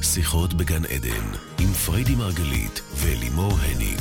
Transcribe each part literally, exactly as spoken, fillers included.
שיחות בגן עדן, עם פריידי מרגלית ולימור הניג.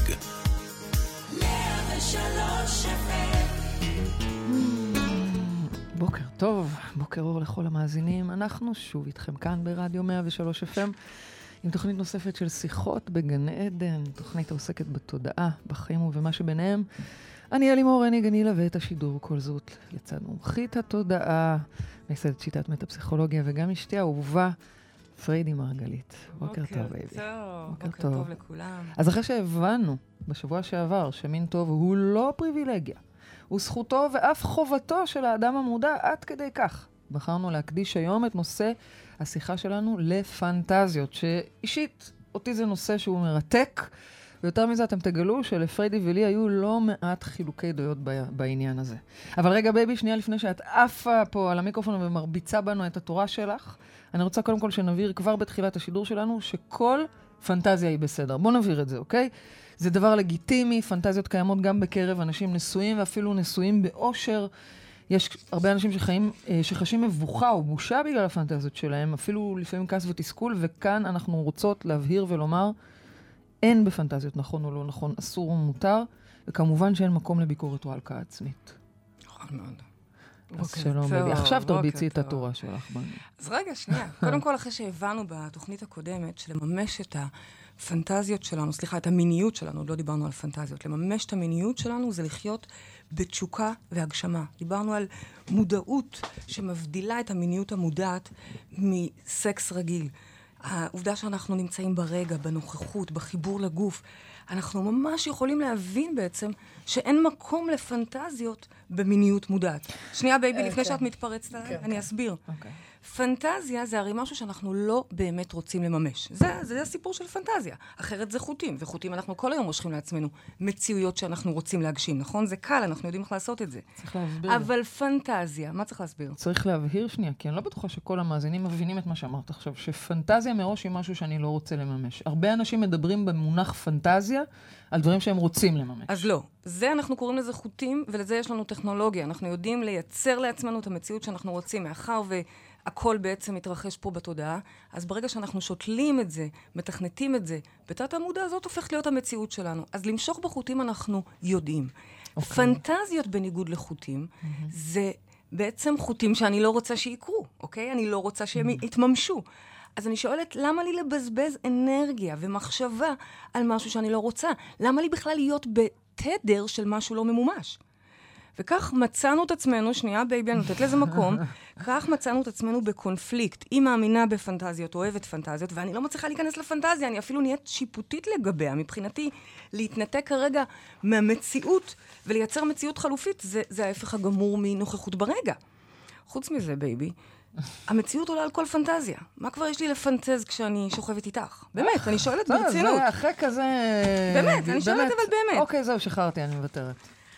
בוקר טוב, בוקר אור לכל המאזינים. אנחנו שוב איתכם כאן ברדיו מאה ושלוש אף אם עם תוכנית נוספת של שיחות בגן עדן, תוכנית העוסקת בתודעה, בחיים ובמה שביניהם. אני לימור הניג, אני אלווה את השידור כל זאת לצד מומחית התודעה, מייסדת שיטת מטה-פסיכולוגיה, וגם אשתי האהובה, פריידי מרגלית. בוקר טוב, בייבי. בוקר טוב לכולם. אז אחרי שהבנו בשבוע שעבר שמין טוב הוא לא פריבילגיה, הוא זכותו ואף חובתו של האדם המודע עד כדי כך, בחרנו להקדיש היום את נושא השיחה שלנו לפנטזיות, שאישית אותי זה נושא שהוא מרתק, ויותר מזה אתם תגלו שלפריידי ולי היו לא מעט חילוקי דעות בעניין הזה. אבל רגע בייבי, שנייה לפני שאת עפה פה על המיקרופון ומרביצה בנו את התורה שלך, אני רוצה קודם כל שנבהיר כבר בתחילת השידור שלנו שכל פנטזיה היא בסדר. בוא נבהיר את זה, אוקיי? זה דבר לגיטימי, פנטזיות קיימות גם בקרב אנשים נשואים ואפילו נשואים באושר. יש הרבה אנשים שחיים, שחשים מבוכה או בושה בגלל הפנטזיות שלהם, אפילו לפעמים כעס ותסכול, וכאן אנחנו רוצות להבהיר ולומר, אין בפנטזיות נכון או לא נכון, אסור ומותר, וכמובן שאין מקום לביקורת או הלקאה עצמית. נכון מאוד. אז שלום בבי. עכשיו תרביצי את התורה שלך בנו. אז רגע, שנייה. קודם כל, אחרי שהבנו בתוכנית הקודמת, שלממש את הפנטזיות שלנו, סליחה, את המיניות שלנו, לא דיברנו על פנטזיות, לממש את המיניות שלנו זה לחיות בתשוקה והגשמה. דיברנו על מודעות שמבדילה את המיניות המודעת מסקס רגיל. העובדה שאנחנו נמצאים ברגע, בנוכחות, בחיבור לגוף, אנחנו ממש יכולים להבין בעצם שאין מקום לפנטזיות במיניות מודעת. שנייה בייבי, לפני שאת מתפרצת עליי, אני אסביר. פנטזיה זה הרי משהו שאנחנו לא באמת רוצים לממש. זה, זה הסיפור של פנטזיה. אחרת זה חוטים, וחוטים אנחנו כל היום מושכים לעצמנו מציאויות שאנחנו רוצים להגשים, נכון? זה קל, אנחנו יודעים איך לעשות את זה. צריך להסביר. אבל פנטזיה, מה צריך להסביר? צריך להבהיר שנייה, כי אני לא בטוחה שכל המאזינים מבינים את מה שאמרת עכשיו, שפנטזיה מראש היא משהו שאני לא רוצה לממש. הרבה אנשים מדברים במונח פנטזיה על דברים שהם רוצים לממש. אז לא. זה אנחנו קוראים לזה חוטים, ולזה יש לנו טכנולוגיה. אנחנו יודעים לייצר לעצמנו את המציאות שאנחנו רוצים, מאחר והכל בעצם מתרחש פה בתודעה. אז ברגע שאנחנו שותלים את זה, מתכנתים את זה, בתת המודע הזאת הופכת להיות המציאות שלנו. אז למשוך בחוטים אנחנו יודעים. Okay. פנטזיות בניגוד לחוטים, mm-hmm. זה בעצם חוטים שאני לא רוצה שיקרו, אוקיי? אני לא רוצה שהם mm-hmm. יתממשו. אז אני שואלת, למה לי לבזבז אנרגיה ומחשבה על משהו שאני לא רוצה? למה לי בכלל להיות בתדר של משהו לא ממומש? וכך מצאנו את עצמנו, שנייה בייבי, אני נותנת לזה מקום, כך מצאנו את עצמנו בקונפליקט. היא מאמינה בפנטזיות, אוהבת פנטזיות, ואני לא מצליחה להיכנס לפנטזיה, אני אפילו נהיית שיפוטית לגביה. מבחינתי, להתנתק כרגע מהמציאות ולייצר מציאות חלופית, זה, זה ההפך הגמור מנוכחות ברגע. חוץ מזה, בייבי, המציאות עולה על כל פנטזיה. מה כבר יש לי לפנטז כשאני שוכבת איתך? באמת, אני שואלת ברצינות. זה אחרי כזה... באמת, אני שואלת אבל באמת. אוקיי, זהו, שחררתי, אני מוותרת.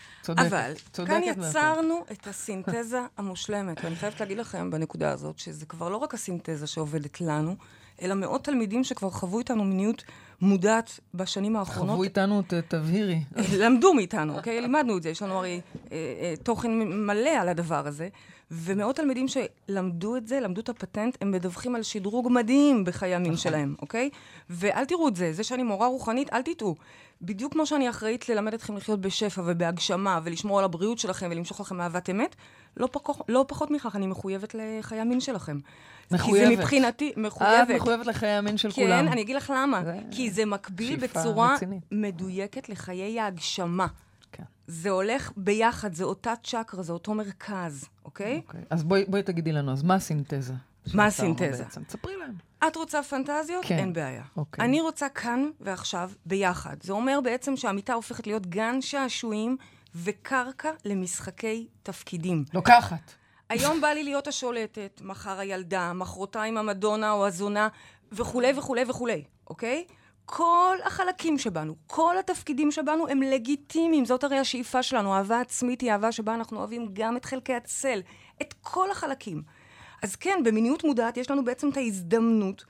אבל כאן יצרנו את הסינתזה המושלמת. ואני חייבת להגיד לכם בנקודה הזאת, שזה כבר לא רק הסינתזה שעובדת לנו, אלא מאות תלמידים שכבר חוו איתנו מיניות מודעת בשנים האחרונות. חוו איתנו, תבהירי. למדו מאיתנו, אוקיי? לימדנו את זה. יש לנו הרי תוכן מלא על הדבר הזה. ומאות תלמידים שלמדו את זה, למדו את הפטנט, הם מדווחים על שדרוג מדהים בחיי המין שלהם, אוקיי? ואל תראו את זה. זה שאני מורה רוחנית, אל תטעו. בדיוק כמו שאני אחראית ללמד אתכם לחיות בשפע ובהגשמה, ולשמור על הבריאות שלכם ולמשוך לכם אהבת אמת, לא פחות, לא פחות מכך, אני מחויבת לחיי המין שלכם. מחויבת. כי זה מבחינתי, מחויבת. את מחויבת לחיי המין של כן, כולם. כן, אני אגיד לך למה. זה... כי זה מקביל בצורה רצינית. מדויקת לחיי ההגשמה. כן. זה הולך ביחד, זה אותה צ'קרה, זה אותו מרכז, אוקיי? אוקיי. אז בואי, בואי תגידי לנו, אז מה הסינתזה? מה הסינתזה? תספרי להם. את רוצה פנטזיות? כן. אין בעיה. אוקיי. אני רוצה כאן ועכשיו ביחד. זה אומר בעצם שהמיטה הופכת להיות גן שעשועים וקרקע למשחקי תפקידים. לוקחת. היום בא לי להיות השולטת, מחר הילדה, מחרתיים המדונה או הזונה, וכו' וכו' וכו', אוקיי? כל החלקים שבנו, כל התפקידים שבנו הם לגיטימיים. זאת הרי השאיפה שלנו. אהבה עצמית היא אהבה שבה אנחנו אוהבים גם את חלקי הצל, את כל החלקים. אז כן, במיניות מודעת יש לנו בעצם את ההזדמנות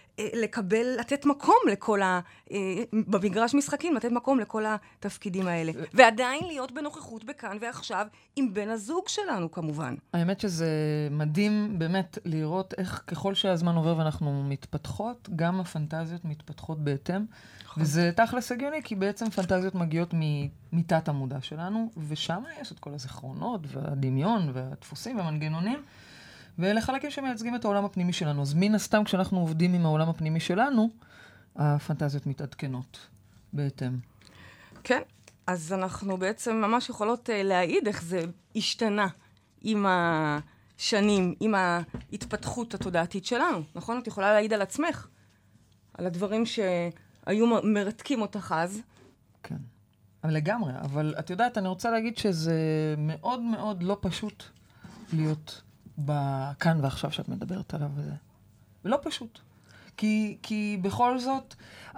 לקבל, לתת מקום לכל ה... במגרש משחקים, לתת מקום לכל התפקידים האלה. ועדיין להיות בנוכחות בכאן ועכשיו, עם בן הזוג שלנו, כמובן. האמת שזה מדהים באמת לראות איך ככל שהזמן עובר ואנחנו מתפתחות, גם הפנטזיות מתפתחות בהתאם. וזה תכלס הגיוני, כי בעצם פנטזיות מגיעות מתת המודע שלנו, ושם יש את כל הזיכרונות והדמיון והדפוסים והמנגנונים, ואלה חלקים שמייצגים את העולם הפנימי שלנו. אז מן הסתם, כשאנחנו עובדים עם העולם הפנימי שלנו, הפנטזיות מתעדכנות בהתאם. כן, אז אנחנו בעצם ממש יכולות uh, להעיד איך זה השתנה עם השנים, עם ההתפתחות התודעתית שלנו. נכון? את יכולה להעיד על עצמך, על הדברים שהיו מרתקים אותך אז. כן, אבל לגמרי. אבל את יודעת, אני רוצה להגיד שזה מאוד מאוד לא פשוט להיות בכאן ועכשיו שאת מדברת עליו וזה. ולא פשוט. כי, כי בכל זאת,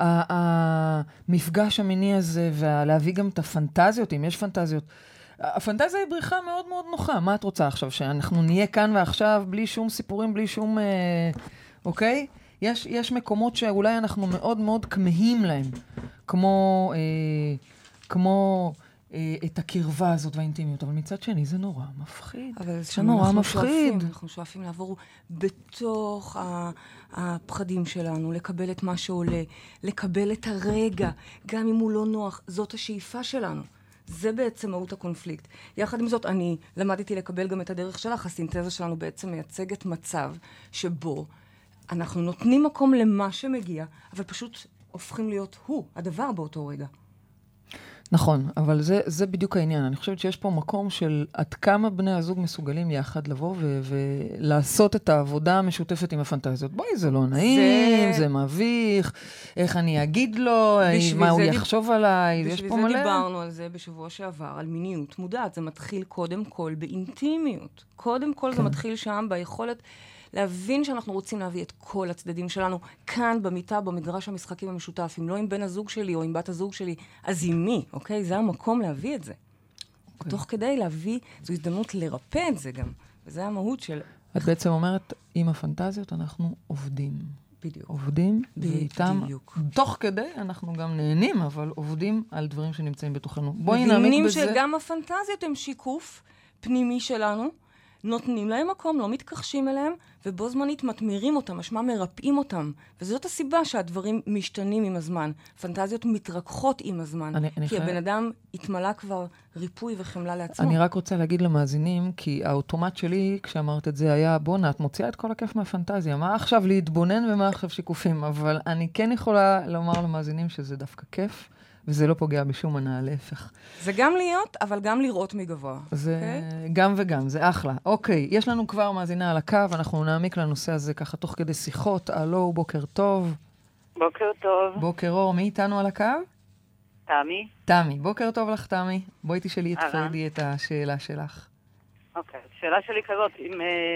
המפגש המיני הזה, ולהביא גם את הפנטזיות, אם יש פנטזיות, הפנטזיה היא בריחה מאוד מאוד נוחה. מה את רוצה עכשיו? שאנחנו נהיה כאן ועכשיו, בלי שום סיפורים, בלי שום... אה, אוקיי? יש, יש מקומות שאולי אנחנו מאוד מאוד כמהים להם, כמו... אה, כמו... את הקרבה הזאת והאינטימיות, אבל מצד שני זה נורא מפחיד. אבל זה נורא מפחיד. אנחנו שואפים לעבור בתוך הפחדים שלנו, לקבל את מה שעולה, לקבל את הרגע, גם אם הוא לא נוח. זאת השאיפה שלנו. זה בעצם מהות הקונפליקט. יחד עם זאת, אני למדתי לקבל גם את הדרך שלך. הסינתזה שלנו בעצם מייצגת מצב שבו אנחנו נותנים מקום למה שמגיע, אבל פשוט הופכים להיות הוא, הדבר באותו רגע. נכון, אבל זה, זה בדיוק העניין. אני חושבת שיש פה מקום של עד כמה בני הזוג מסוגלים יחד לבוא ו- ולעשות את העבודה המשותפת עם הפנטזיות. בואי, זה לא נעים, זה, זה מביך, איך אני אגיד לו, מה הוא יחשוב דיב... עליי, יש פה מלא. בשביל זה דיברנו על זה בשבוע שעבר, על מיניות מודעת. זה מתחיל קודם כל באינטימיות. קודם כל כן. זה מתחיל שם ביכולת להבין שאנחנו רוצים להביא את כל הצדדים שלנו כאן במיטה, במגרש המשחקים המשותף, אם לא עם בן הזוג שלי או עם בת הזוג שלי, אז עם מי, אוקיי? זה המקום להביא את זה. אוקיי. תוך כדי להביא, זו הזדמנות לרפא את זה גם. וזה המהות של... את בעצם אומרת, עם הפנטזיות אנחנו עובדים. בדיוק. עובדים, ואיתם, תוך כדי אנחנו גם נהנים, אבל עובדים על דברים שנמצאים בתוכנו. בואי נעמיק בזה. מבינים שגם הפנטזיות הם שיקוף פנימי שלנו, נותנים להם מקום, לא מתכחשים אליהם, ובו זמנית מתמירים אותם, משמע מרפאים אותם. וזאת הסיבה שהדברים משתנים עם הזמן. פנטזיות מתרככות עם הזמן. אני, אני כי חי... הבן אדם התמלא כבר ריפוי וחמלה לעצמו. אני רק רוצה להגיד למאזינים, כי האוטומט שלי, כשאמרת את זה, היה, בונה, את מוציאה את כל הכיף מהפנטזיה. מה עכשיו להתבונן ומה עכשיו שיקופים? אבל אני כן יכולה לומר למאזינים שזה דווקא כיף. וזה לא פוגע בשום מנה, להפך. זה גם להיות, אבל גם לראות מגבוה. זה okay? גם וגם, זה אחלה. אוקיי, יש לנו כבר מאזינה על הקו, אנחנו נעמיק לנושא הזה ככה תוך כדי שיחות. אלו, בוקר טוב. בוקר טוב. בוקר אור, מי איתנו על הקו? תמי. תמי, בוקר טוב לך תמי. בואי תשאלי את פרדי את השאלה שלך. אוקיי, השאלה שלי כזאת, אם...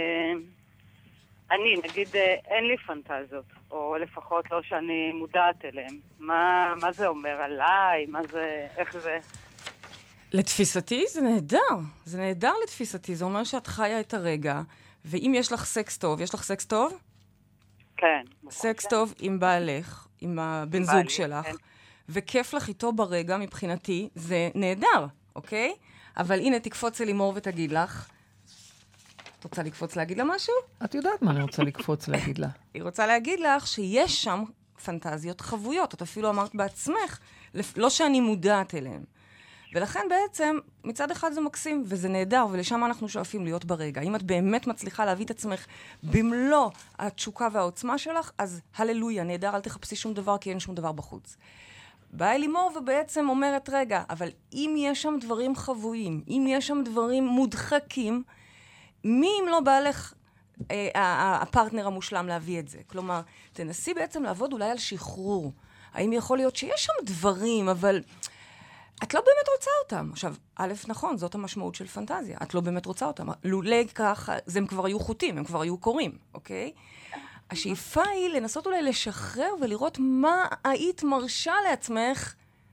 אני, נגיד, אין לי פנטזיות, או לפחות לא שאני מודעת אליהם. מה, מה זה אומר עליי? מה זה, איך זה? לתפיסתי זה נהדר. זה נהדר לתפיסתי. זה אומר שאת חיה את הרגע, ואם יש לך סקס טוב, יש לך סקס טוב? כן. סקס טוב עם בעלך, עם הבן זוג שלך, וכיף לך איתו ברגע מבחינתי, זה נהדר, אוקיי? אבל הנה תקפוץ אלימור ותגיד לך, את רוצה לקפוץ להגיד לה משהו? את יודעת מה אני רוצה לקפוץ להגיד לה. היא רוצה להגיד לך שיש שם פנטזיות חבויות. את אפילו אמרת בעצמך, לא שאני מודעת אליהן. ולכן בעצם, מצד אחד זה מקסים, וזה נהדר, ולשם אנחנו שואפים להיות ברגע. אם את באמת מצליחה להביא את עצמך במלוא התשוקה והעוצמה שלך, אז הללויה, נהדר, אל תחפשי שום דבר, כי אין שום דבר בחוץ. באה לימור ובעצם אומרת, רגע, אבל אם יש שם דברים חבויים, אם יש שם דברים מודחקים, מי אם לא בעלך אה, הפרטנר המושלם להביא את זה? כלומר, תנסי בעצם לעבוד אולי על שחרור. האם יכול להיות שיש שם דברים, אבל את לא באמת רוצה אותם. עכשיו, א', נכון, זאת המשמעות של פנטזיה. את לא באמת רוצה אותם. לולא כך, זה הם כבר היו חוטים, הם כבר היו קורים, אוקיי? השאיפה היא לנסות אולי לשחרר ולראות מה היית מרשה לעצמך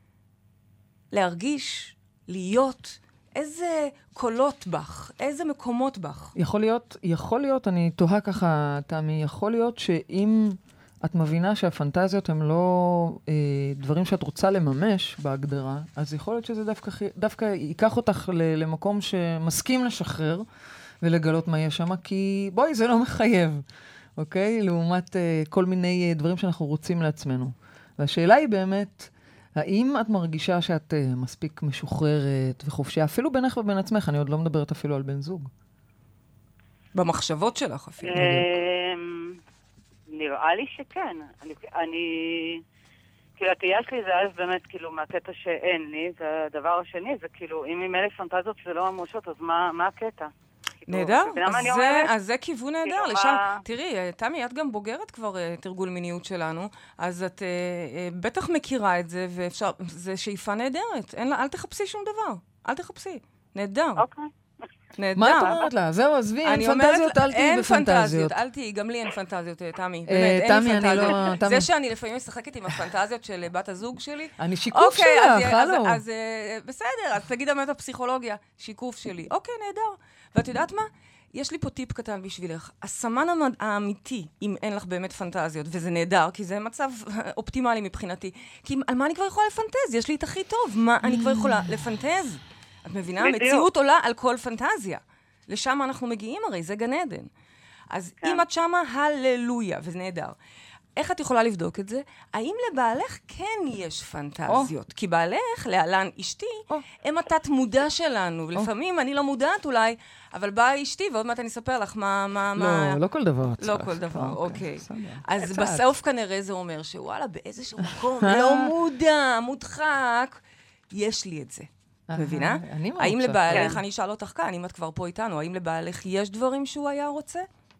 להרגיש, להיות, איזה קולות בך, איזה מקומות בך. יכול להיות, יכול להיות, אני תוהה ככה, תמי, יכול להיות שאם את מבינה שהפנטזיות הן לא אה, דברים שאת רוצה לממש בהגדרה, אז יכול להיות שזה דווקא, דווקא ייקח אותך ל, למקום שמסכים לשחרר ולגלות מה יש שם, כי בואי, זה לא מחייב, אוקיי? לעומת אה, כל מיני אה, דברים שאנחנו רוצים לעצמנו. והשאלה היא באמת, האם את מרגישה שאת אה, מספיק משוחררת וחופשייה, אפילו בינך ובין עצמך, אני עוד לא מדברת אפילו על בן זוג. במחשבות שלך אפילו. נראה לי שכן. אני, אני כאילו, התהייה שלי זה אז באמת, כאילו, מהקטע שאין לי, והדבר השני זה כאילו, אם עם אלף פנטזיות זה לא ממושות, אז מה, מה הקטע? נהדר, אז זה, אז זה כיוון נהדר, לשם, תראי, תמי, את גם בוגרת כבר תרגול מיניות שלנו, אז את בטח מכירה את זה, ואפשר, זה שאיפה נהדרת, אל תחפשי שום דבר, אל תחפשי, נהדר. אוקיי. נהדר. מה את אומרת לה? זהו, עזבי, אין פנטזיות, אל תהיי בפנטזיות. אל תהיי, גם לי אין פנטזיות, תמי. תמי, אני לא... זה שאני לפעמים משחקת עם הפנטזיות של בת הזוג שלי. אני שיקוף שלך, הלו. אז בסדר, אז תגיד באמת הפסיכולוגיה, שיקוף שלי. אוקיי, נהדר. ואת יודעת מה? יש לי פה טיפ קטן בשבילך. הסמן האמיתי, אם אין לך באמת פנטזיות, וזה נהדר, כי זה מצב אופטימלי מבחינתי. כי על מה אני כבר יכולה לפנטז? יש לי את הכי טוב. מה אני כבר יכולה לפנטז? את מבינה? המציאות עולה על כל פנטזיה. לשם אנחנו מגיעים הרי, זה גן עדן. אז אם את שמה, הללויה, וזה נהדר. איך את יכולה לבדוק את זה? האם לבעלך כן יש פנטזיות? כי בעלך, להלן אשתי, הם התת מודע שלנו. ולפעמים אני לא מודעת אולי, אבל באה אשתי, ועוד מעט אני אספר לך מה... לא, לא כל דבר. לא כל דבר, אוקיי. אז בסוף כנראה זה אומר שוואלה, באיזשהו מקום לא מודע, מודחק, יש לי את זה. מבינה? האם לבעלך, אני אשאל אותך כאן, אם את כבר פה איתנו, האם לבעלך יש דברים שהוא היה רוצה?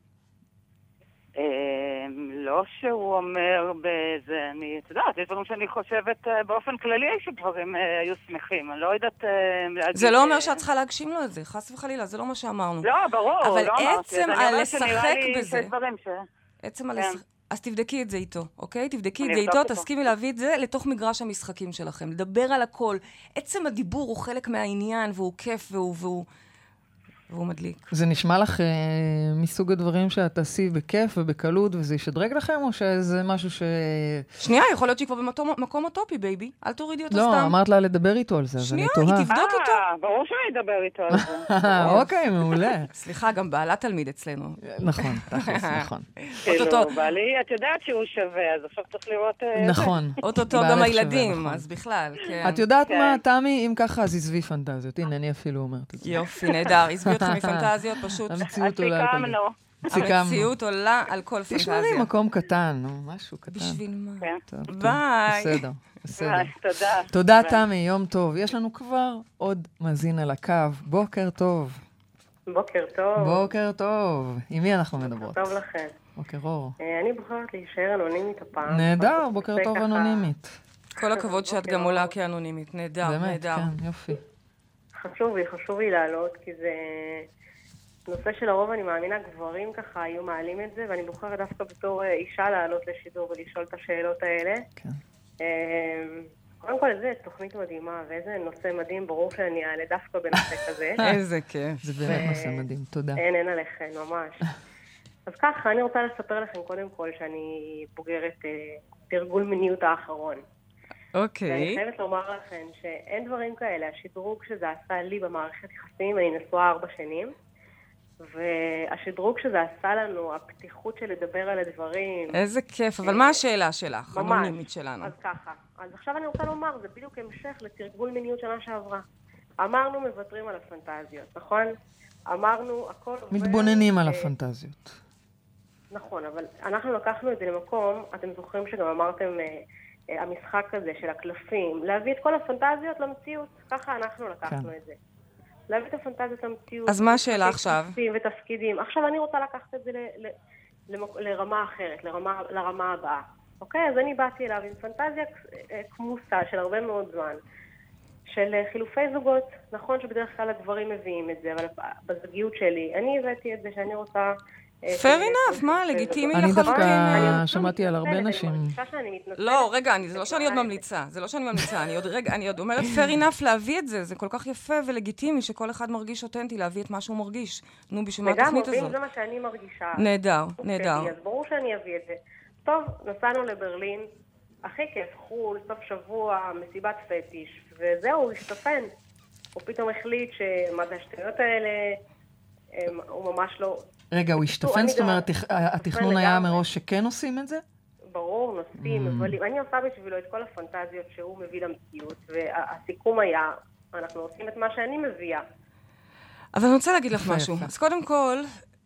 לא שהוא אומר בזה, אני, את יודעת, יש דברים שאני חושבת באופן כללי שדברים היו שמחים, אני לא יודעת להגיד... זה לא אומר שאת צריכה להגשים לו את זה, חס וחלילה, זה לא מה שאמרנו. לא, ברור, לא אמרתי. אבל עצם על לשחק בזה, ש... עצם על לשחק... אז תבדקי את זה איתו, אוקיי? תבדקי את זה איתו, תסכימי להביא את זה לתוך מגרש המשחקים שלכם. לדבר על הכל. עצם הדיבור הוא חלק מהעניין, והוא כיף, והוא, והוא, והוא מדליק. זה נשמע לך אה, מסוג הדברים שאת תעשי בכיף ובקלות, וזה ישדרג לכם, או שזה משהו ש... שנייה, יכול להיות שהיא כבר במקום אוטופי, בייבי. אל תורידי אותו לא, סתם. לא, אמרת לה לדבר איתו על זה, אז אני תוהה. שנייה, היא תבדוק איתו. אה, ברור שאני אדבר איתו על זה. אוקיי, מעולה. סליחה, גם בעלה תלמיד אצלנו. נכון, תכלס, נכון. כאילו, בעלי, את יודעת שהוא שווה, אז עכשיו צריך לראות... נכון. אוטוטו גם הילדים, אז בכלל, כן. את יודעת מה, תמי, אם ככה, אז עזבי פנטזיות. הנה, אני אפילו אומרת את זה. יופי, נהדר. עזבי אותך מפנטזיות, פשוט. המציאות עולה על כל... סיכמנו. המציאות עולה על כל פנטזיה. תשמרי מקום קטן, משהו קטן. בשביל מה? ביי. בסדר, בסדר. תודה. תודה, תמי, יום טוב. יש לנו כבר עוד מאזין על הקו. בוקר טוב. בוקר טוב. בוקר טוב. עם מי אנחנו מדברות? טוב לכם. בוקר אור. אני בוחרת להישאר אנונימית הפעם. נהדר, בוקר טוב אנונימית. כל הכבוד שאת גם עולה כאנונימית. נהדר, נהדר. באמת, כן, יופי. חשוב לי, חשוב לי לעלות, כי זה נושא שלרוב אני מאמינה גברים ככה היו מעלים את זה, ואני בוחרת דווקא בתור אישה לעלות לשידור ולשאול את השאלות האלה. כן. קודם כל, איזה תוכנית מדהימה, ואיזה נושא מדהים, ברור שאני אעלה דווקא בנושא כזה. איזה כיף. זה באמת נושא מדהים, תודה. אין, אין עליכם, ממש. אז ככה, אני רוצה לספר לכם קודם כל שאני בוגרת תרגול מיניות האחרון. אוקיי. ואני חייבת לומר לכם שאין דברים כאלה. השדרוג שזה עשה לי במערכת יחסים, אני נשואה ארבע שנים, והשדרוג שזה עשה לנו, הפתיחות של לדבר על הדברים... איזה כיף, אבל מה השאלה שלך? ממש. האנונימית שלנו. אז ככה. אז עכשיו אני רוצה לומר, זה בדיוק המשך לתרגול מיניות שנה שעברה. אמרנו מוותרים על הפנטזיות, נכון? אמרנו הכל... מתבוננים על הפנטזיות. נכון, אבל אנחנו לקחנו את זה למקום, אתם זוכרים שגם אמרתם... המשחק הזה של הקלפים, להביא את כל הפנטזיות למציאות, ככה אנחנו לקחנו את זה. להביא את הפנטזיות למציאות. אז מה השאלה עכשיו? ותפקידים. עכשיו אני רוצה לקחת את זה לרמה אחרת, לרמה הבאה. אוקיי? אז אני באתי אליו עם פנטזיה כמוסה של הרבה מאוד זמן, של חילופי זוגות. נכון שבדרך כלל הדברים מביאים את זה, אבל בזוגיות שלי, אני הבאתי את זה שאני רוצה... fair enough, מה? לגיטימי לחלוטין. אני לחלוטין. דווקא שמעתי על הרבה נשים. לא, רגע, זה לא שאני עוד ממליצה, זה לא שאני ממליצה, אני עוד רגע, אני עוד אומרת fair enough להביא את זה, זה כל כך יפה ולגיטימי שכל אחד מרגיש אותנטי להביא את מה שהוא מרגיש. נו, בשביל מה התוכנית הזאת? וגם, זה מה שאני מרגישה. נהדר, נהדר. אז ברור שאני אביא את זה. טוב, נסענו לברלין, הכי כיף, חול, סוף שבוע, מסיבת פטיש, וזהו, הוא השתפן. הוא פתאום החליט שמה זה השטויות האלה, הוא ממש לא... רגע, הוא השתפן, זאת אומרת, התכנון היה מראש שכן עושים את זה? ברור, נוסעים, אבל אני עושה בשבילו את כל הפנטזיות שהוא מביא למציאות, והסיכום היה, אנחנו עושים את מה שאני מביאה. אבל אני רוצה להגיד לך משהו. אז קודם כל,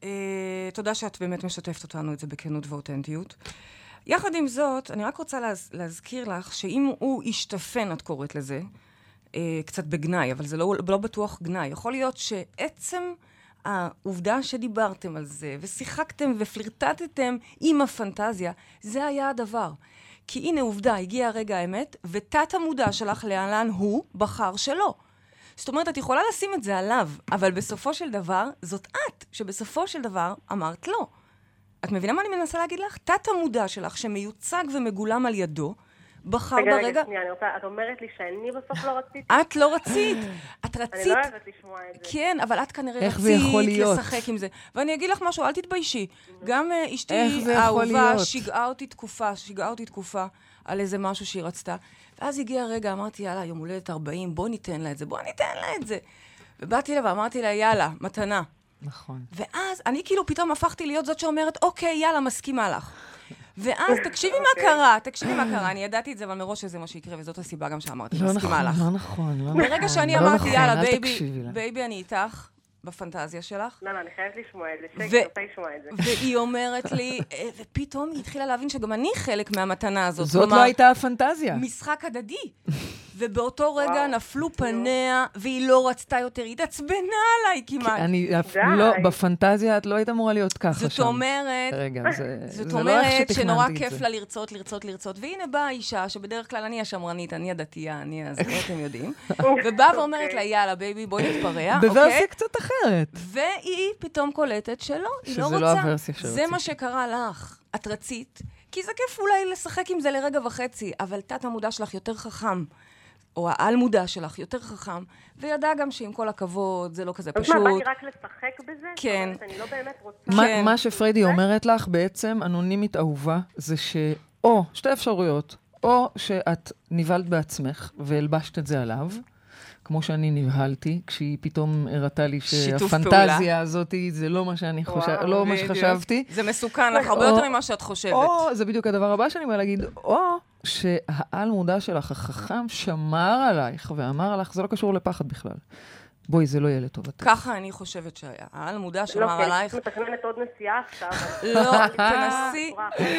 תודה שאת באמת משתפת אותנו את זה בכנות ואותנטיות. יחד עם זאת, אני רק רוצה להזכיר לך שאם הוא השתפן, את קוראת לזה, קצת בגנאי, אבל זה לא, לא בטוח גנאי. יכול להיות שעצם העובדה שדיברתם על זה, ושיחקתם ופלירטטתם עם הפנטזיה, זה היה הדבר. כי הנה עובדה, הגיע הרגע האמת, ותת המודע שלך לאן הוא בחר שלו. זאת אומרת, את יכולה לשים את זה עליו, אבל בסופו של דבר, זאת את, שבסופו של דבר אמרת לא. את מבינה מה אני מנסה להגיד לך? תת המודע שלך, שמיוצג ומגולם על ידו, בחר רגע, ברגע... רגע, שנייה, אני רוצה, את אומרת לי שאני בסוף לא רציתי? את לא רצית. את רצית... אני לא אוהבת לשמוע את זה. כן, אבל את כנראה איך זה יכול רצית להיות? לשחק עם זה. ואני אגיד לך משהו, אל תתביישי. גם אה, איך אשתי זה יכול האהובה להיות? שיגעה אותי תקופה, שיגעה אותי תקופה על איזה משהו שהיא רצתה. ואז הגיע הרגע, אמרתי, יאללה, יום הולדת ארבעים, בוא ניתן לה את זה, בוא ניתן לה את זה. ובאתי לה ואמרתי לה, יאללה, מתנה. נכון. ואז אני כאילו פתאום הפכתי להיות זאת שאומרת, אוקיי, יאללה, מסכימה לך. ואז תקשיבי מה קרה, תקשיבי מה קרה. אני ידעתי את זה, אבל מראש שזה מה שיקרה, וזאת הסיבה גם שאמרתי, לא מסכימה נכון, לך. לא נכון, לא נכון. ברגע שאני לא אמרתי, נכון, יאללה, אל בייבי, תקשיבי לה. בייבי, אני איתך, בפנטזיה שלך. לא, לא, אני חייבת לשמוע את זה. ו- שקט, רוצה לשמוע את זה. והיא אומרת לי, אה, ופתאום היא התחילה להבין שגם אני חלק מהמתנה הזאת. זאת לא הייתה הפנטזיה. משחק הדדי. ובאותו רגע וואו. נפלו פניה, והיא לא רצתה יותר, היא התעצבנה עליי כמעט. אני, אף- די. לא, בפנטזיה את לא היית אמורה להיות ככה שם. זאת אומרת, רגע, זה זאת זה לא איך אומרת שנורא שתכננתי את כיף זה. לה לרצות, לרצות, לרצות. והנה באה האישה, שבדרך כלל אני השמרנית, אני הדתייה, אני הזה, לא אתם יודעים. ובאה ואומרת לה, יאללה, בייבי, בואי נתפרע, אוקיי? בוורסיה קצת אחרת. והיא פתאום קולטת שלא, היא לא שזה רוצה. לא הוורסיה שרציתי. זה מה שקרה לך. את רצית, כי זה כיף אולי לשחק עם זה לרגע וחצי, אבל תת המודע שלך יותר חכם. או העל מודע שלך יותר חכם, וידע גם שעם כל הכבוד, זה לא כזה אז פשוט. מה, באתי רק לשחק בזה? כן. זאת אומרת, אני לא באמת רוצה... מה- כן. מה שפריידי אומרת לך בעצם, אנונימית אהובה, זה שאו, שתי אפשרויות, או שאת נבהלת בעצמך והלבשת את זה עליו, כמו שאני נבהלתי, כשהיא פתאום הראתה לי שיתוף שהפנטזיה פעולה. הזאת זה לא מה שאני וואו, חושב, לא מה בדיוק. שחשבתי. זה מסוכן לך, הרבה או- יותר ממה שאת חושבת. או, זה בדיוק הדבר הבא שאני באה להגיד, או שהעל מודע שלך, החכם, שמר עלייך ואמר לך, זה לא קשור לפחד בכלל. בואי, זה לא יהיה לטובתך. ככה אני חושבת שהיה. העל מודע לא, שמר כי עלייך. אני מתכננת עוד נסיעה עכשיו. לא, תנסי,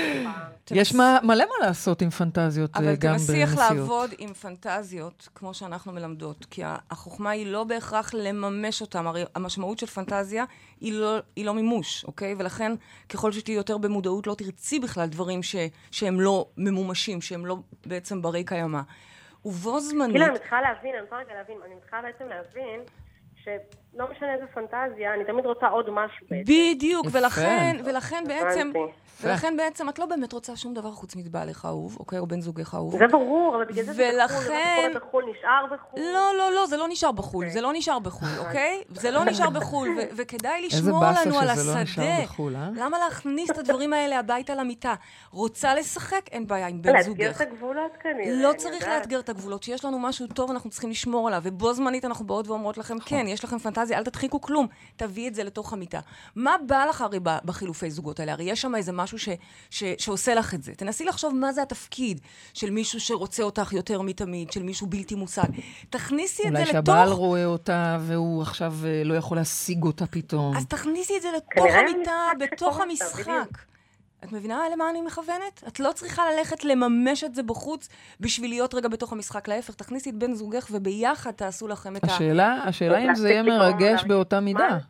יש מה- מלא מה לעשות עם פנטזיות אה, אבל גם בנסיעות. תנסי איך לעבוד עם פנטזיות, כמו שאנחנו מלמדות, כי החוכמה היא לא בהכרח לממש אותם, הרי המשמעות של פנטזיה היא לא, היא לא מימוש, אוקיי? ולכן, ככל שתהיי יותר במודעות, לא תרצי בכלל דברים ש, שהם לא ממומשים, שהם לא בעצם ברי קיימא. ובו זמנית... כאילו, אני מתחילה להבין, אני רוצה רגע להבין, אני מתחילה בעצם להבין שלא משנה איזה פנטזיה, אני תמיד רוצה עוד משהו בעצם. בדיוק, יפה. ולכן, ולכן בעצם, הבנתי. ולכן בעצם את לא באמת רוצה שום דבר חוץ מבעלך אהוב, אוקיי? או בן זוגך אהוב. זה ברור, אבל בגלל זה זה בחול, זה ולכן- מה שקורה בחול, נשאר בחול. לא, לא, לא, זה לא נשאר בחול, זה לא נשאר בחול, אוקיי? זה לא נשאר בחול, ו- וכדאי איזה לשמור באסה לנו על שזה לא נשאר השדה. בחול, אה? למה להכניס את הדברים האלה הביתה למיטה? רוצה לשחק? אין בעיה עם בן לאתגר זוגך. את הגבולות כנראה. לא אני צריך יודעת. לאתגר את הגבולות, שיש לנו משהו טוב, אנחנו צריכים לשמור עליו, ובו זמנית אנחנו באות ואומרות לכם, כן, יש לכם פנטזיה, אל תדחיקו כלום, תביא את זה לתוך המיטה. מה בא לך הרי ב- בחילופי זוגות האלה? הרי יש שם איזה משהו ש- ש- שעושה לך את זה. תנסי לחשוב מה זה התפקיד של מישהו שרוצה אותך יותר מתמיד, של מישהו בלתי מושג. תכניסי את זה אולי לתוך... שהבעל רואה אותה והוא עכשיו אה, לא יכול להשיג אותה פתאום. אז תכניסי את זה לתוך כנראה המיטה, המשחק בתוך שקורה שם, המשחק. בדיוק. את מבינה למה אני מכוונת? את לא צריכה ללכת לממש את זה בחוץ בשביל להיות רגע בתוך המשחק. להפך, תכניסי את בן זוגך וביחד תעשו לכם את ה... השאלה, השאלה אם זה יהיה מרגש באותה מידה.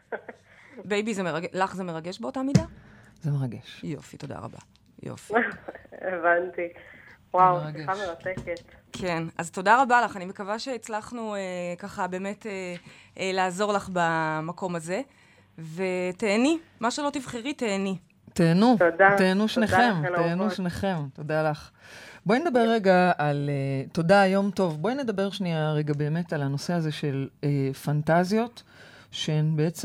בייבי, זה מרגש... לך זה מרגש באותה מידה? זה מרגש. יופי, תודה רבה. יופי. הבנתי. וואו, מרגש. שיחה מרתקת. כן, אז תודה רבה לך. אני מקווה שהצלחנו אה, ככה באמת אה, אה, לעזור לך במקום הזה. ותהני, מה שלא תבחרי, תהני. תהנו, תודה. תהנו תודה שניכם, לכן, תהנו אהובות. שניכם, תודה לך. בואי נדבר רגע על, uh, תודה, יום טוב, בואי נדבר שנייה רגע באמת על הנושא הזה של uh, פנטזיות, שהן בעצם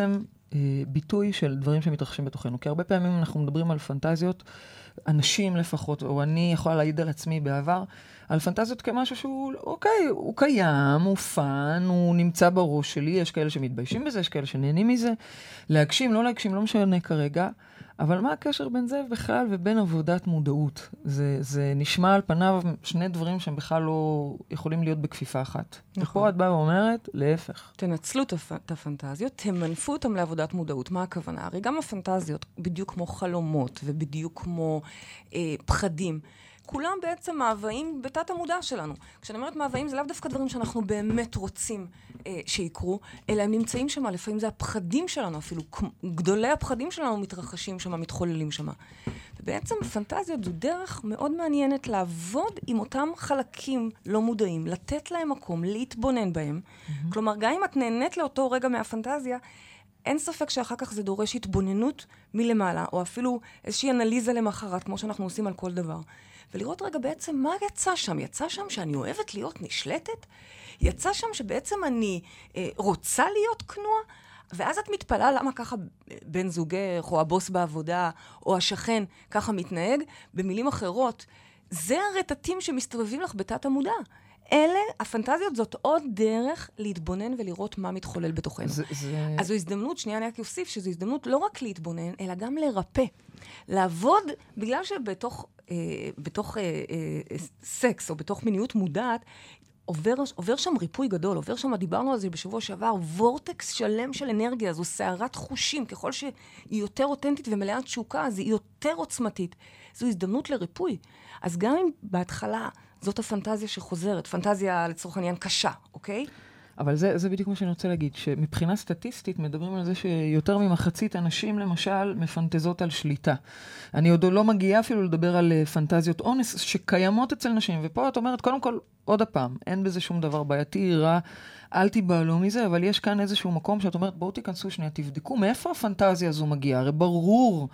ביטוי של דברים שמתרחשים בתוכנו. כי הרבה פעמים אנחנו מדברים על פנטזיות, אנשים לפחות, או אני יכולה להעיד על עצמי בעבר, על פנטזיות כמשהו שהוא, אוקיי, הוא קיים, הוא פן, הוא נמצא בראש שלי, יש כאלה שמתביישים בזה, יש כאלה שנהנים מזה, להגשים, לא להגשים, לא משנה כרגע, אבל מה הקשר בין זה בכלל ובין עבודת מודעות? זה, זה נשמע על פניו שני דברים שהם בכלל לא יכולים להיות בכפיפה אחת. נכון. ופה את באה ואומרת, להפך. תנצלו את הפנטזיות, תמנפו אותם לעבודת מודעות. מה הכוונה? הרי גם הפנטזיות, בדיוק כמו חלומות ובדיוק כמו אה, פחדים, כולם בעצם מאוויים בתת המודע שלנו. כשאני אומרת מאוויים, זה לאו דווקא דברים שאנחנו באמת רוצים אה, שיקרו, אלא הם נמצאים שם, לפעמים זה הפחדים שלנו, אפילו גדולי הפחדים שלנו מתרחשים שם, מתחוללים שם. ובעצם פנטזיות זו דרך מאוד מעניינת לעבוד עם אותם חלקים לא מודעים, לתת להם מקום, להתבונן בהם. Mm-hmm. כלומר, גם אם את נהנית לאותו רגע מהפנטזיה, אין ספק שאחר כך זה דורש התבוננות מלמעלה, או אפילו איזושהי אנליזה למחרת, כמו שאנחנו עושים על כל דבר. ולראות רגע בעצם מה יצא שם. יצא שם שאני אוהבת להיות נשלטת? יצא שם שבעצם אני אה, רוצה להיות כנוע? ואז את מתפלאה למה ככה בן זוגך, או הבוס בעבודה, או השכן ככה מתנהג. במילים אחרות, זה הרטטים שמסתובבים לך בתת המודע. אלה, הפנטזיות זאת עוד דרך להתבונן ולראות מה מתחולל בתוכנו. זה, זה... אז זו הזדמנות, שנייה אני רק אוסיף, שזו הזדמנות לא רק להתבונן, אלא גם לרפא. לעבוד, בגלל שבתוך אה, בתוך, אה, אה, סקס או בתוך מיניות מודעת, עובר, עובר שם ריפוי גדול, עובר שם, דיברנו על זה בשבוע שעבר, וורטקס שלם של אנרגיה, זו סערת חושים, ככל שהיא יותר אותנטית ומלאה תשוקה, אז היא יותר עוצמתית. זו הזדמנות לריפוי. אז גם אם בהתחלה זאת הפנטזיה שחוזרת, פנטזיה לצורך העניין קשה, אוקיי? אבל זה, זה בדיוק מה שאני רוצה להגיד, שמבחינה סטטיסטית מדברים על זה שיותר ממחצית אנשים למשל מפנטזות על שליטה. אני עוד לא מגיעה אפילו לדבר על פנטזיות אונס שקיימות אצל נשים, ופה את אומרת, קודם כל, עוד הפעם, אין בזה שום דבר בעייתי, רע, אל תיבהלו מזה, אבל יש כאן איזשהו מקום שאת אומרת, בואו תיכנסו שנייה, תבדקו מאיפה הפנטזיה הזו מגיעה. הרי ברור,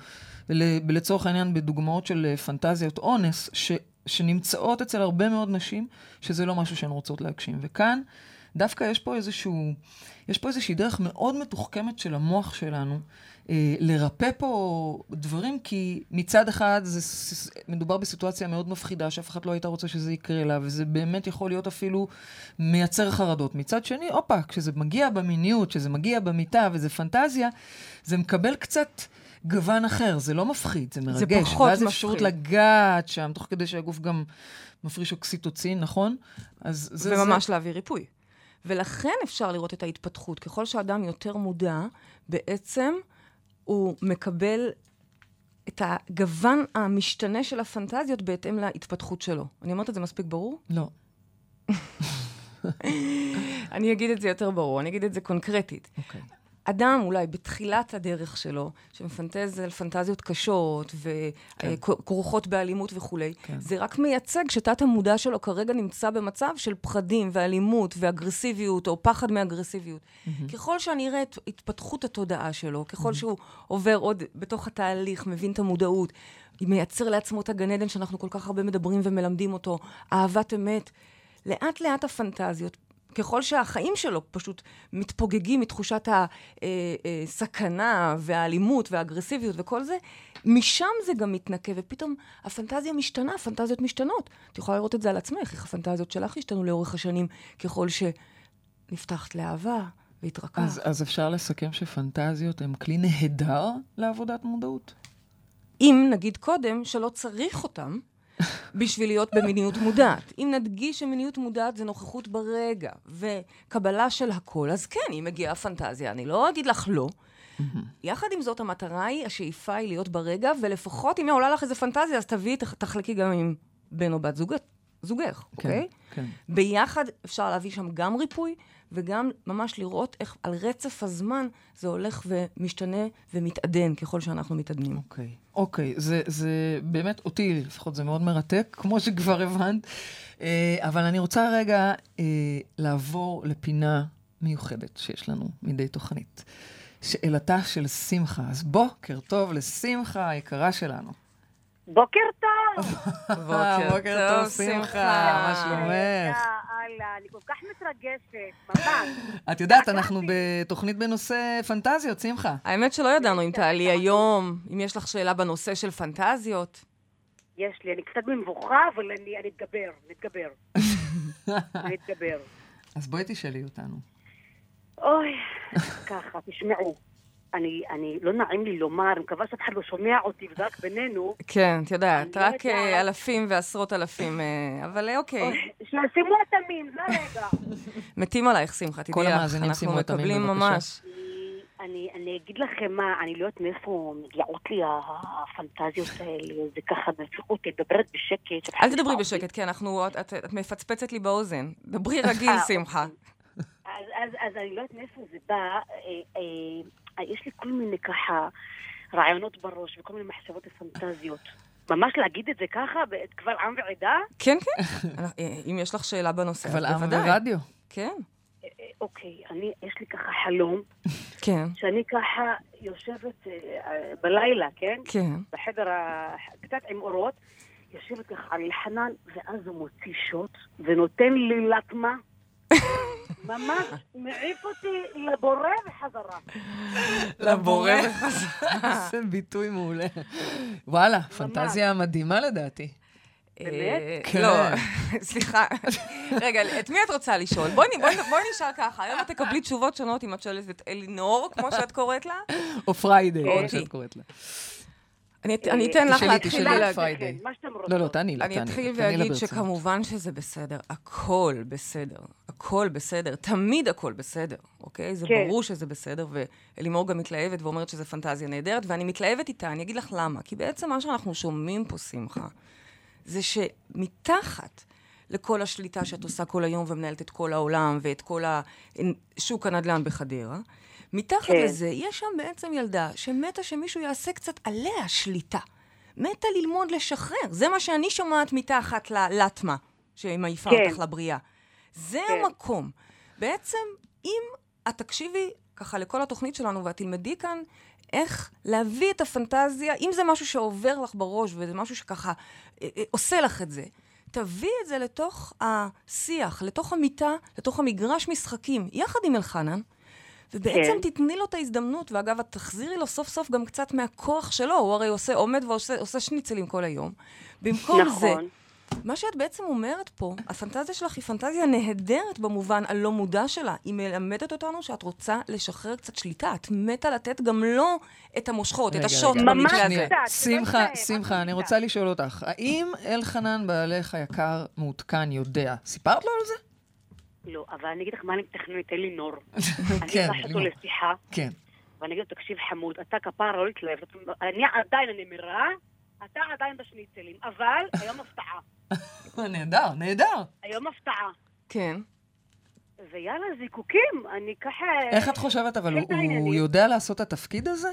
לצורך העניין בדוגמאות של פנטזיות אונס, ש, שנמצאות אצל הרבה מאוד נשים, שזה לא משהו שהן רוצות להגשים. וכאן, דווקא יש פה איזשהו, יש פה איזושהי דרך מאוד מתוחכמת של המוח שלנו, אה, לרפא פה דברים, כי מצד אחד זה, מדובר בסיטואציה מאוד מפחידה, שאף אחד לא הייתה רוצה שזה יקרה לה, וזה באמת יכול להיות אפילו מייצר חרדות. מצד שני, אופה, כשזה מגיע במיניות, כשזה מגיע במיטה, וזה פנטזיה, זה מקבל קצת גוון אחר, זה לא מפחיד, זה מרגש. זה פחות מפחיד. ואז אפשרות לגעת שם, תוך כדי שהגוף גם מפריש אוקסיטוצין, נכון? אז זה, וממש זה... להביא ריפוי. ולכן אפשר לראות את ההתפתחות. ככל שאדם יותר מודע, בעצם הוא מקבל את הגוון המשתנה של הפנטזיות בהתאם להתפתחות שלו. אני אומרת את זה מספיק ברור? לא. אני אגיד את זה יותר ברור, אני אגיד את זה קונקרטית. אוקיי. אדם אולי בתחילת הדרך שלו, שמפנטז על פנטזיות קשות וכרוכות באלימות וכו', זה רק מייצג שתת המודע שלו כרגע נמצא במצב של פחדים ואלימות ואגרסיביות או פחד מאגרסיביות. ככל שאני אראה את התפתחות התודעה שלו, ככל שהוא עובר עוד בתוך התהליך, מבין את המודעות, מייצר לעצמו את הגן עדן שאנחנו כל כך הרבה מדברים ומלמדים אותו, אהבת אמת, לאט לאט הפנטזיות, ככל שהחיים שלו פשוט מתפוגגים מתחושת הסכנה והאלימות והאגרסיביות וכל זה, משם זה גם מתנקה, ופתאום הפנטזיה משתנה, הפנטזיות משתנות. את יכולה לראות את זה על עצמך, איך הפנטזיות שלך השתנו לאורך השנים, ככל שנפתחת לאהבה והתרקה. אז, אז אפשר לסכם שפנטזיות הן כלי נהדר לעבודת מודעות? אם נגיד קודם שלא צריך אותם, בשביל להיות במיניות מודעת. אם נדגיש שמיניות מודעת זה נוכחות ברגע וקבלה של הכל, אז כן, אם מגיעה פנטזיה, אני לא אגיד לך לא. יחד עם זאת, המטרה היא, השאיפה היא להיות ברגע, ולפחות אם עולה לך איזה פנטזיה, אז תביאי, תחלקי גם עם בן או בת זוגך, זוגך, אוקיי? כן. ביחד אפשר להביא שם גם ריפוי, וגם ממש לראות איך על רצף הזמן זה הולך ומשתנה ומתעדן ככל שאנחנו מתעדנים. אוקיי. אוקיי, זה, זה באמת אותי, לפחות זה מאוד מרתק, כמו שכבר הבנת. אבל אני רוצה רגע לעבור לפינה מיוחדת שיש לנו מדי תוכנית. שאלתה של שמחה. אז בוקר טוב לשמחה היקרה שלנו. בוקר טוב! בוקר טוב, שמחה. מה שלומך? וואלה, אני כל כך מתרגשת, ממש. את יודעת, אנחנו בתוכנית בנושא פנטזיות, שמחה. האמת שלא ידענו אם תעלי היום, אם יש לך שאלה בנושא של פנטזיות. יש לי, אני קצת במבוכה, אבל אני אתגבר, נתגבר. אני אתגבר. אז בואי תשאלי אותנו. אוי, ככה, תשמעו. אני, אני, לא נעים לי לומר, אני מקווה שאף אחד לא שומע אותי, וזה רק בינינו. כן, את יודעת, רק אלפים ועשרות אלפים, אבל אוקיי. שישימו את המין, זה רגע. מתים עלייך, שמחה, תדעי לך, אנחנו מקבלים ממש. אני, אני אגיד לכם מה, אני לא יודעת מאיפה מגיעות לי הפנטזיות האלה, זה ככה, נצטרכו, תדברת בשקט. אל תדברי בשקט, כי אנחנו, את, את מפצפצת לי באוזן. דברי רגיל, שמחה. אז, אז, אז אני לא יודעת מאיפה זה בא, אה, אה, יש לי כל מיני ככה רעיונות בראש וכל מיני מחשבות ופנטזיות. ממש להגיד את זה ככה, קבל עם ועדה? כן, כן. אם יש לך שאלה בנושא, קבל עם ורדיו. כן. אוקיי, אני, יש לי ככה חלום. כן. שאני ככה יושבת בלילה, כן? כן. בחדר קצת עם אורות, יושבת ככה על חנן, ואז הוא מוציא שוט, ונותן לי לטמה. ממש מעיף אותי לבורא וחזרה. לבורא וחזרה. זה ביטוי מעולה. וואלה, פנטזיה מדהימה לדעתי. באמת? לא, סליחה. רגע, את מי את רוצה לשאול? בואי נשאל ככה. היום את תקבלי תשובות שונות אם את שואלת את אלינור, כמו שאת קוראת לה. או פריידי, כמו שאת קוראת לה. אני אתן לך להתחיל ולהגיד. לא, לא, תעני לה. אני אתחיל ואגיד שכמובן שזה בסדר. הכל בסדר. הכל בסדר. תמיד הכל בסדר. אוקיי? זה ברור שזה בסדר, ואלימור גם מתלהבת ואומרת שזה פנטזיה נהדרת, ואני מתלהבת איתה. אני אגיד לך למה. כי בעצם מה שאנחנו שומעים פה, שמחה, זה שמתחת לכל השליטה שאת עושה כל היום ומנהלת את כל העולם ואת כל השוק הנדל"ן בחדרה, מתחת כן. לזה יש שם בעצם ילדה שמתה שמישהו יעשה קצת עליה שליטה. מתה ללמוד לשחרר. זה מה שאני שומעת מתחת ללטמה, שהיא מעיפה כן. אותך לבריאה. זה כן. המקום. בעצם, אם את תקשיבי ככה לכל התוכנית שלנו ואת תלמדי כאן, איך להביא את הפנטזיה, אם זה משהו שעובר לך בראש, וזה משהו שככה אה, אה, עושה לך את זה, תביא את זה לתוך השיח, לתוך המיטה, לתוך המגרש משחקים, יחד עם אלחנן, ובעצם כן. תתני לו את ההזדמנות, ואגב, את תחזירי לו סוף סוף גם קצת מהכוח שלו, הוא הרי עושה, עומד ועושה עושה שניצלים כל היום. במקום נכון. זה, מה שאת בעצם אומרת פה, הפנטזיה שלך היא פנטזיה נהדרת במובן הלא מודע שלה. היא מלמדת אותנו שאת רוצה לשחרר קצת שליטה. את מתה לתת גם לא את המושכות, את השוט במקרה הזה. שמחה, שמחה, אני רוצה לשאול אותך. האם אלחנן בעלך היקר מעודכן יודע? סיפרת לו על זה? לא, אבל אני אגיד לך מה אני מתכנן את אלינור. אני אקח אותו לשיחה. כן. ואני אגיד לו, תקשיב חמוד, אתה כפר לא להתלהב. אני עדיין הנמרה, אתה עדיין בשניצלים. אבל היום הפתעה. נהדר, נהדר. היום הפתעה. כן. ויאללה, זיקוקים, אני ככה... איך את חושבת, אבל הוא יודע לעשות את התפקיד הזה?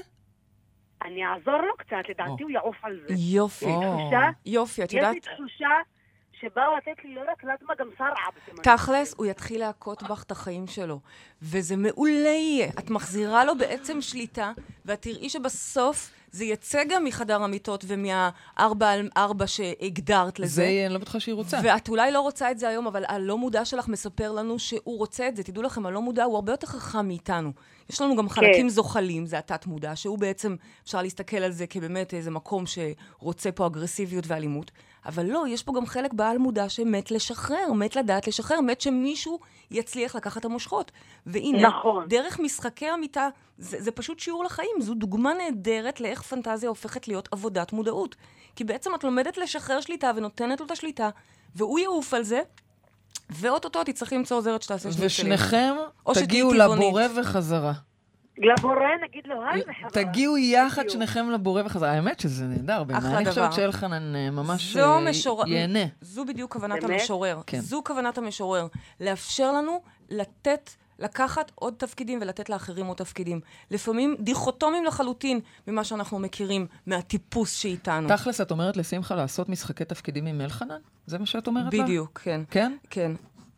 אני אעזור לו קצת, לדעתי הוא יעוף על זה. יופי. יופי, את יודעת... יש לי תחושה שבאו לתת לי לא רק לטמה, גם שרעה. תכלס, הוא יתחיל להכות בך את החיים שלו. וזה מעולה יהיה. את מחזירה לו בעצם שליטה, ואת תראי שבסוף זה יצא גם מחדר המיטות ומהארבע על ארבע שהגדרת לזה. זה יהיה, אני לא בטוחה שהיא רוצה. ואת אולי לא רוצה את זה היום, אבל הלא מודע שלך מספר לנו שהוא רוצה את זה. תדעו לכם, הלא מודע הוא הרבה יותר חכם מאיתנו. יש לנו גם חלקים זוחלים, זה התת מודע, שהוא בעצם, אפשר להסתכל על זה כבאמת איזה מקום שרוצה פה אגרסיביות ואלימות. אבל לא, יש פה גם חלק בעל מודע שמת לשחרר, מת לדעת לשחרר, מת שמישהו יצליח לקחת את המושכות. והנה, נכון. דרך משחקי המיטה, זה, זה פשוט שיעור לחיים. זו דוגמה נהדרת לאיך פנטזיה הופכת להיות עבודת מודעות. כי בעצם את לומדת לשחרר שליטה ונותנת לו את השליטה, והוא יעוף על זה, ואו-טו-טו תצטרכי למצוא עוזרת שתעשה שני שלים. ושניכם תגיעו לבורא וחזרה. לבורא, נגיד לו, היי וחזרה. תגיעו יחד שניכם לבורא וחזרה. האמת שזה נהדר, בעיניי. אני חושבת שאלחנן ממש ייהנה. זו בדיוק כוונת המשורר. זו כוונת המשורר. לאפשר לנו לתת, לקחת עוד תפקידים ולתת לאחרים עוד תפקידים. לפעמים דיכוטומיים לחלוטין ממה שאנחנו מכירים מהטיפוס שאיתנו. תכלס, את אומרת לשמחה לעשות משחקי תפקידים עם אלחנן? זה מה שאת אומרת לה? בדיוק, כן. כן? כן.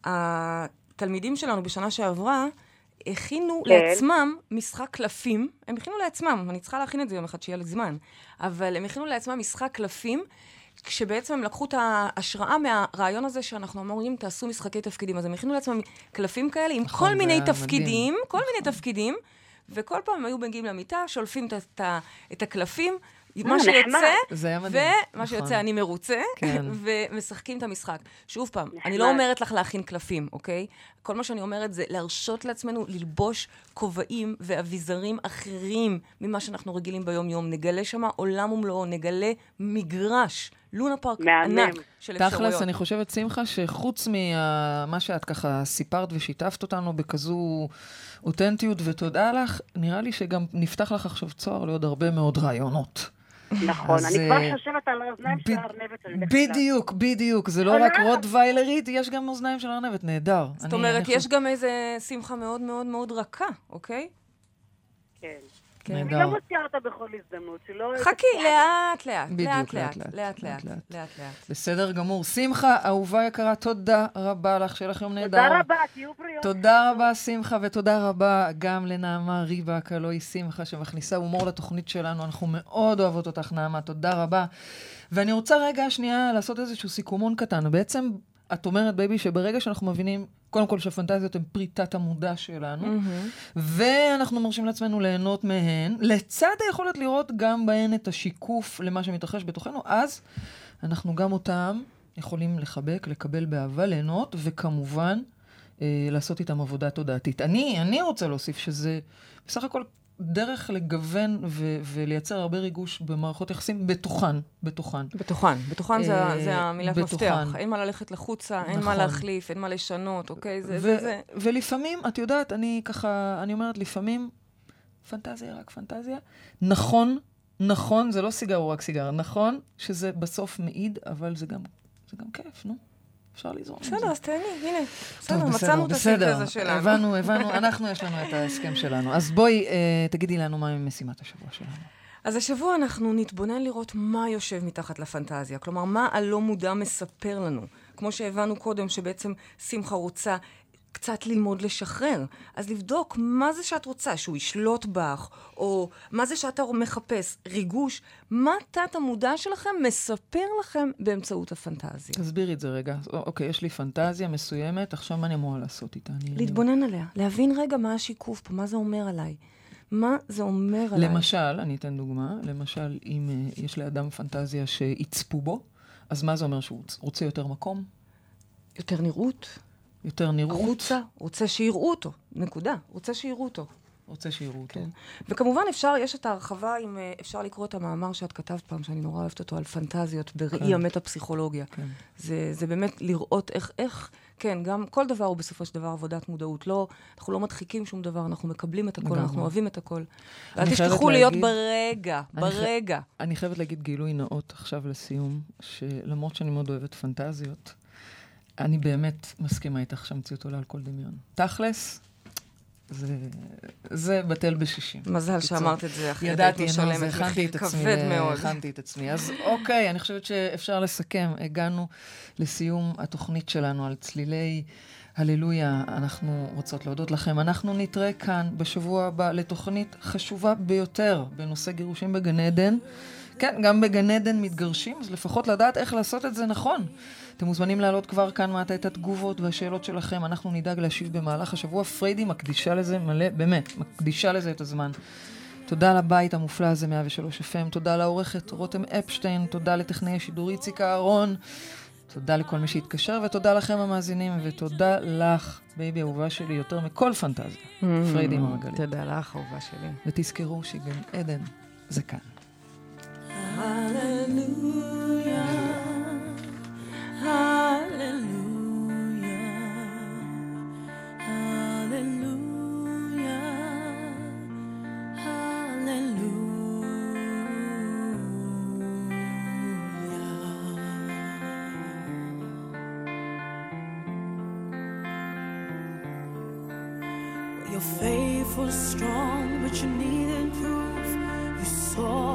התלמידים שלנו בשנה שעברה, הכינו לעצמם משחק קלפים, הם הכינו לעצמם, אני צריכה להכין את זה יום אחד שיהיה לי זמן, אבל הם הכינו לעצמם משחק קלפים, כשבעצם הם לקחו את ההשראה מהרעיון הזה שאנחנו אמורים, תעשו משחקי תפקידים. אז הם הכינו לעצמם קלפים כאלה עם כל מיני תפקידים, כל מיני תפקידים, וכל פעם הם היו מגיעים למיטה, שולפים את הקלפים, מה שיוצא, ומה שיוצא אני מרוצה, ומשחקים את המשחק. שוב פעם, אני לא אומרת לך להכין קלפים, אוקיי? כל מה שאני אומרת זה להרשות לעצמנו ללבוש כובעים ואביזרים אחרים ממה שאנחנו רגילים ביום-יום. נגלה שמה עולם ומלואו, נגלה מגרש, לונה פארק ענק של אפשרויות. תכלס, אני חושבת, שמחה, שחוץ ממה שאת ככה סיפרת ושיתפת אותנו בכזו אותנטיות ותודה לך, נראה לי שגם נפתח לך עכשיו צוהר לעוד הרבה מאוד רעיונות. נכון, אני כבר חושבת על האוזניים של הארנבת. בדיוק, בדיוק. זה לא רק רוטוויילרית, יש גם אוזניים של הארנבת, נהדר. זאת אומרת, יש גם איזה שמחה מאוד מאוד מאוד רכה, אוקיי? כן. אני לא מוציאה אותה בכל הזדמנות. חכי, לאט, לאט. לאט, לאט. לאט, לאט. לאט, לאט. בסדר גמור. שמחה, אהובה יקרה, תודה רבה לך, שיהיה לך יום נהדר. תודה רבה, תהיו בריאות. תודה רבה, שמחה, ותודה רבה גם לנעמה ריבה, קלוי שמחה, שמכניסה הומור לתוכנית שלנו. אנחנו מאוד אוהבות אותך, נעמה. תודה רבה. ואני רוצה רגע שנייה לעשות איזשהו סיכומון קטן. בעצם, את אומרת, בייבי, שברגע שאנחנו מבינים, קודם כל שהפנטזיות הן פריטת המודע שלנו, mm-hmm. ואנחנו מרשים לעצמנו ליהנות מהן, לצד היכולת לראות גם בהן את השיקוף למה שמתרחש בתוכנו, אז אנחנו גם אותם יכולים לחבק, לקבל באהבה, ליהנות, וכמובן אה, לעשות איתם עבודה תודעתית. אני, אני רוצה להוסיף שזה בסך הכל דרך לגוון ו- ולייצר הרבה ריגוש במערכות יחסים בתוכן, בתוכן. בתוכן, בתוכן זה, זה המילת מפתח. אין מה ללכת לחוצה, אין נכון. מה להחליף, אין מה לשנות, אוקיי? זה, ו- זה, זה. ולפעמים, את יודעת, אני ככה, אני אומרת, לפעמים, פנטזיה, רק פנטזיה. נכון, נכון, זה לא סיגר או רק סיגר. נכון שזה בסוף מעיד, אבל זה גם, זה גם כיף, נו. אפשר לזרום. בסדר, אז תהני, הנה. בסדר, מצאנו את הסינתזה שלנו. הבנו, הבנו, אנחנו יש לנו את ההסכם שלנו. אז בואי, תגידי לנו מה משימת השבוע שלנו. אז השבוע אנחנו נתבונן לראות מה יושב מתחת לפנטזיה. כלומר, מה הלא מודע מספר לנו. כמו שהבנו קודם, שבעצם שמחה רוצה קצת ללמוד לשחרר. אז לבדוק מה זה שאת רוצה, שהוא ישלוט בך, או מה זה שאתה מחפש, ריגוש, מה תת המודע שלכם מספר לכם באמצעות הפנטזיה. תסבירי את זה רגע. אוקיי, יש לי פנטזיה מסוימת, עכשיו מה אני אמורה לעשות איתה? להתבונן עליה, להבין רגע מה השיקוף פה, מה זה אומר עליי. מה זה אומר עליי? למשל, אני אתן דוגמה, למשל, אם uh, יש לאדם פנטזיה שיצפו בו, אז מה זה אומר שהוא רוצה יותר מקום? יותר נראות. יותר נראות. רוצה, רוצה שיראו אותו, נקודה. רוצה שיראו אותו. רוצה שיראו אותו. כן. וכמובן אפשר, יש את ההרחבה, אם אפשר לקרוא את המאמר שאת כתבת פעם, שאני נורא אוהבת אותו, על פנטזיות בראי כן. המטה-פסיכולוגיה. כן. זה, זה באמת לראות איך, איך, כן, גם כל דבר הוא בסופו של דבר עבודת מודעות. לא, אנחנו לא מדחיקים שום דבר, אנחנו מקבלים את הכל, אנחנו אוהבים את הכל. ואל תשכחו להיות ברגע, ברגע. אני חייבת להגיד גילוי נאות עכשיו לסיום, שלמרות שאני מאוד אוהבת פנטזיות, אני באמת מסכימה איתך שהמציאות עולה על כל דמיון. תכלס, זה, זה בטל בשישים. מזל שאמרת את זה אחרי ידעתי, נו, זה הכנתי את עצמי. כבד מאוד. הכנתי את עצמי. אז אוקיי, אני חושבת שאפשר לסכם. הגענו לסיום התוכנית שלנו על צלילי הללויה. אנחנו רוצות להודות לכם. אנחנו נתראה כאן בשבוע הבא לתוכנית חשובה ביותר בנושא גירושים בגן עדן. כן, גם בגן עדן מתגרשים, אז לפחות לדעת איך לעשות את זה נכון. אתם מוזמנים לעלות כבר כאן מעט את התגובות והשאלות שלכם. אנחנו נדאג להשיב במהלך השבוע. פריידי מקדישה לזה מלא, באמת, מקדישה לזה את הזמן. תודה לבית המופלא הזה, מאה ושלוש אף אם. תודה לעורכת רותם אפשטיין. תודה לטכנאי השידור איציק אהרון. תודה לכל מי שהתקשר, ותודה לכם המאזינים, ותודה לך, בייבי אהובה שלי, יותר מכל פנטזיה. פריידי מרגלית. תודה לך, אהובה שלי. ותזכרו שגן עדן זה כאן. Hallelujah, hallelujah, hallelujah, hallelujah. Your faith was strong, but you needed proof. You saw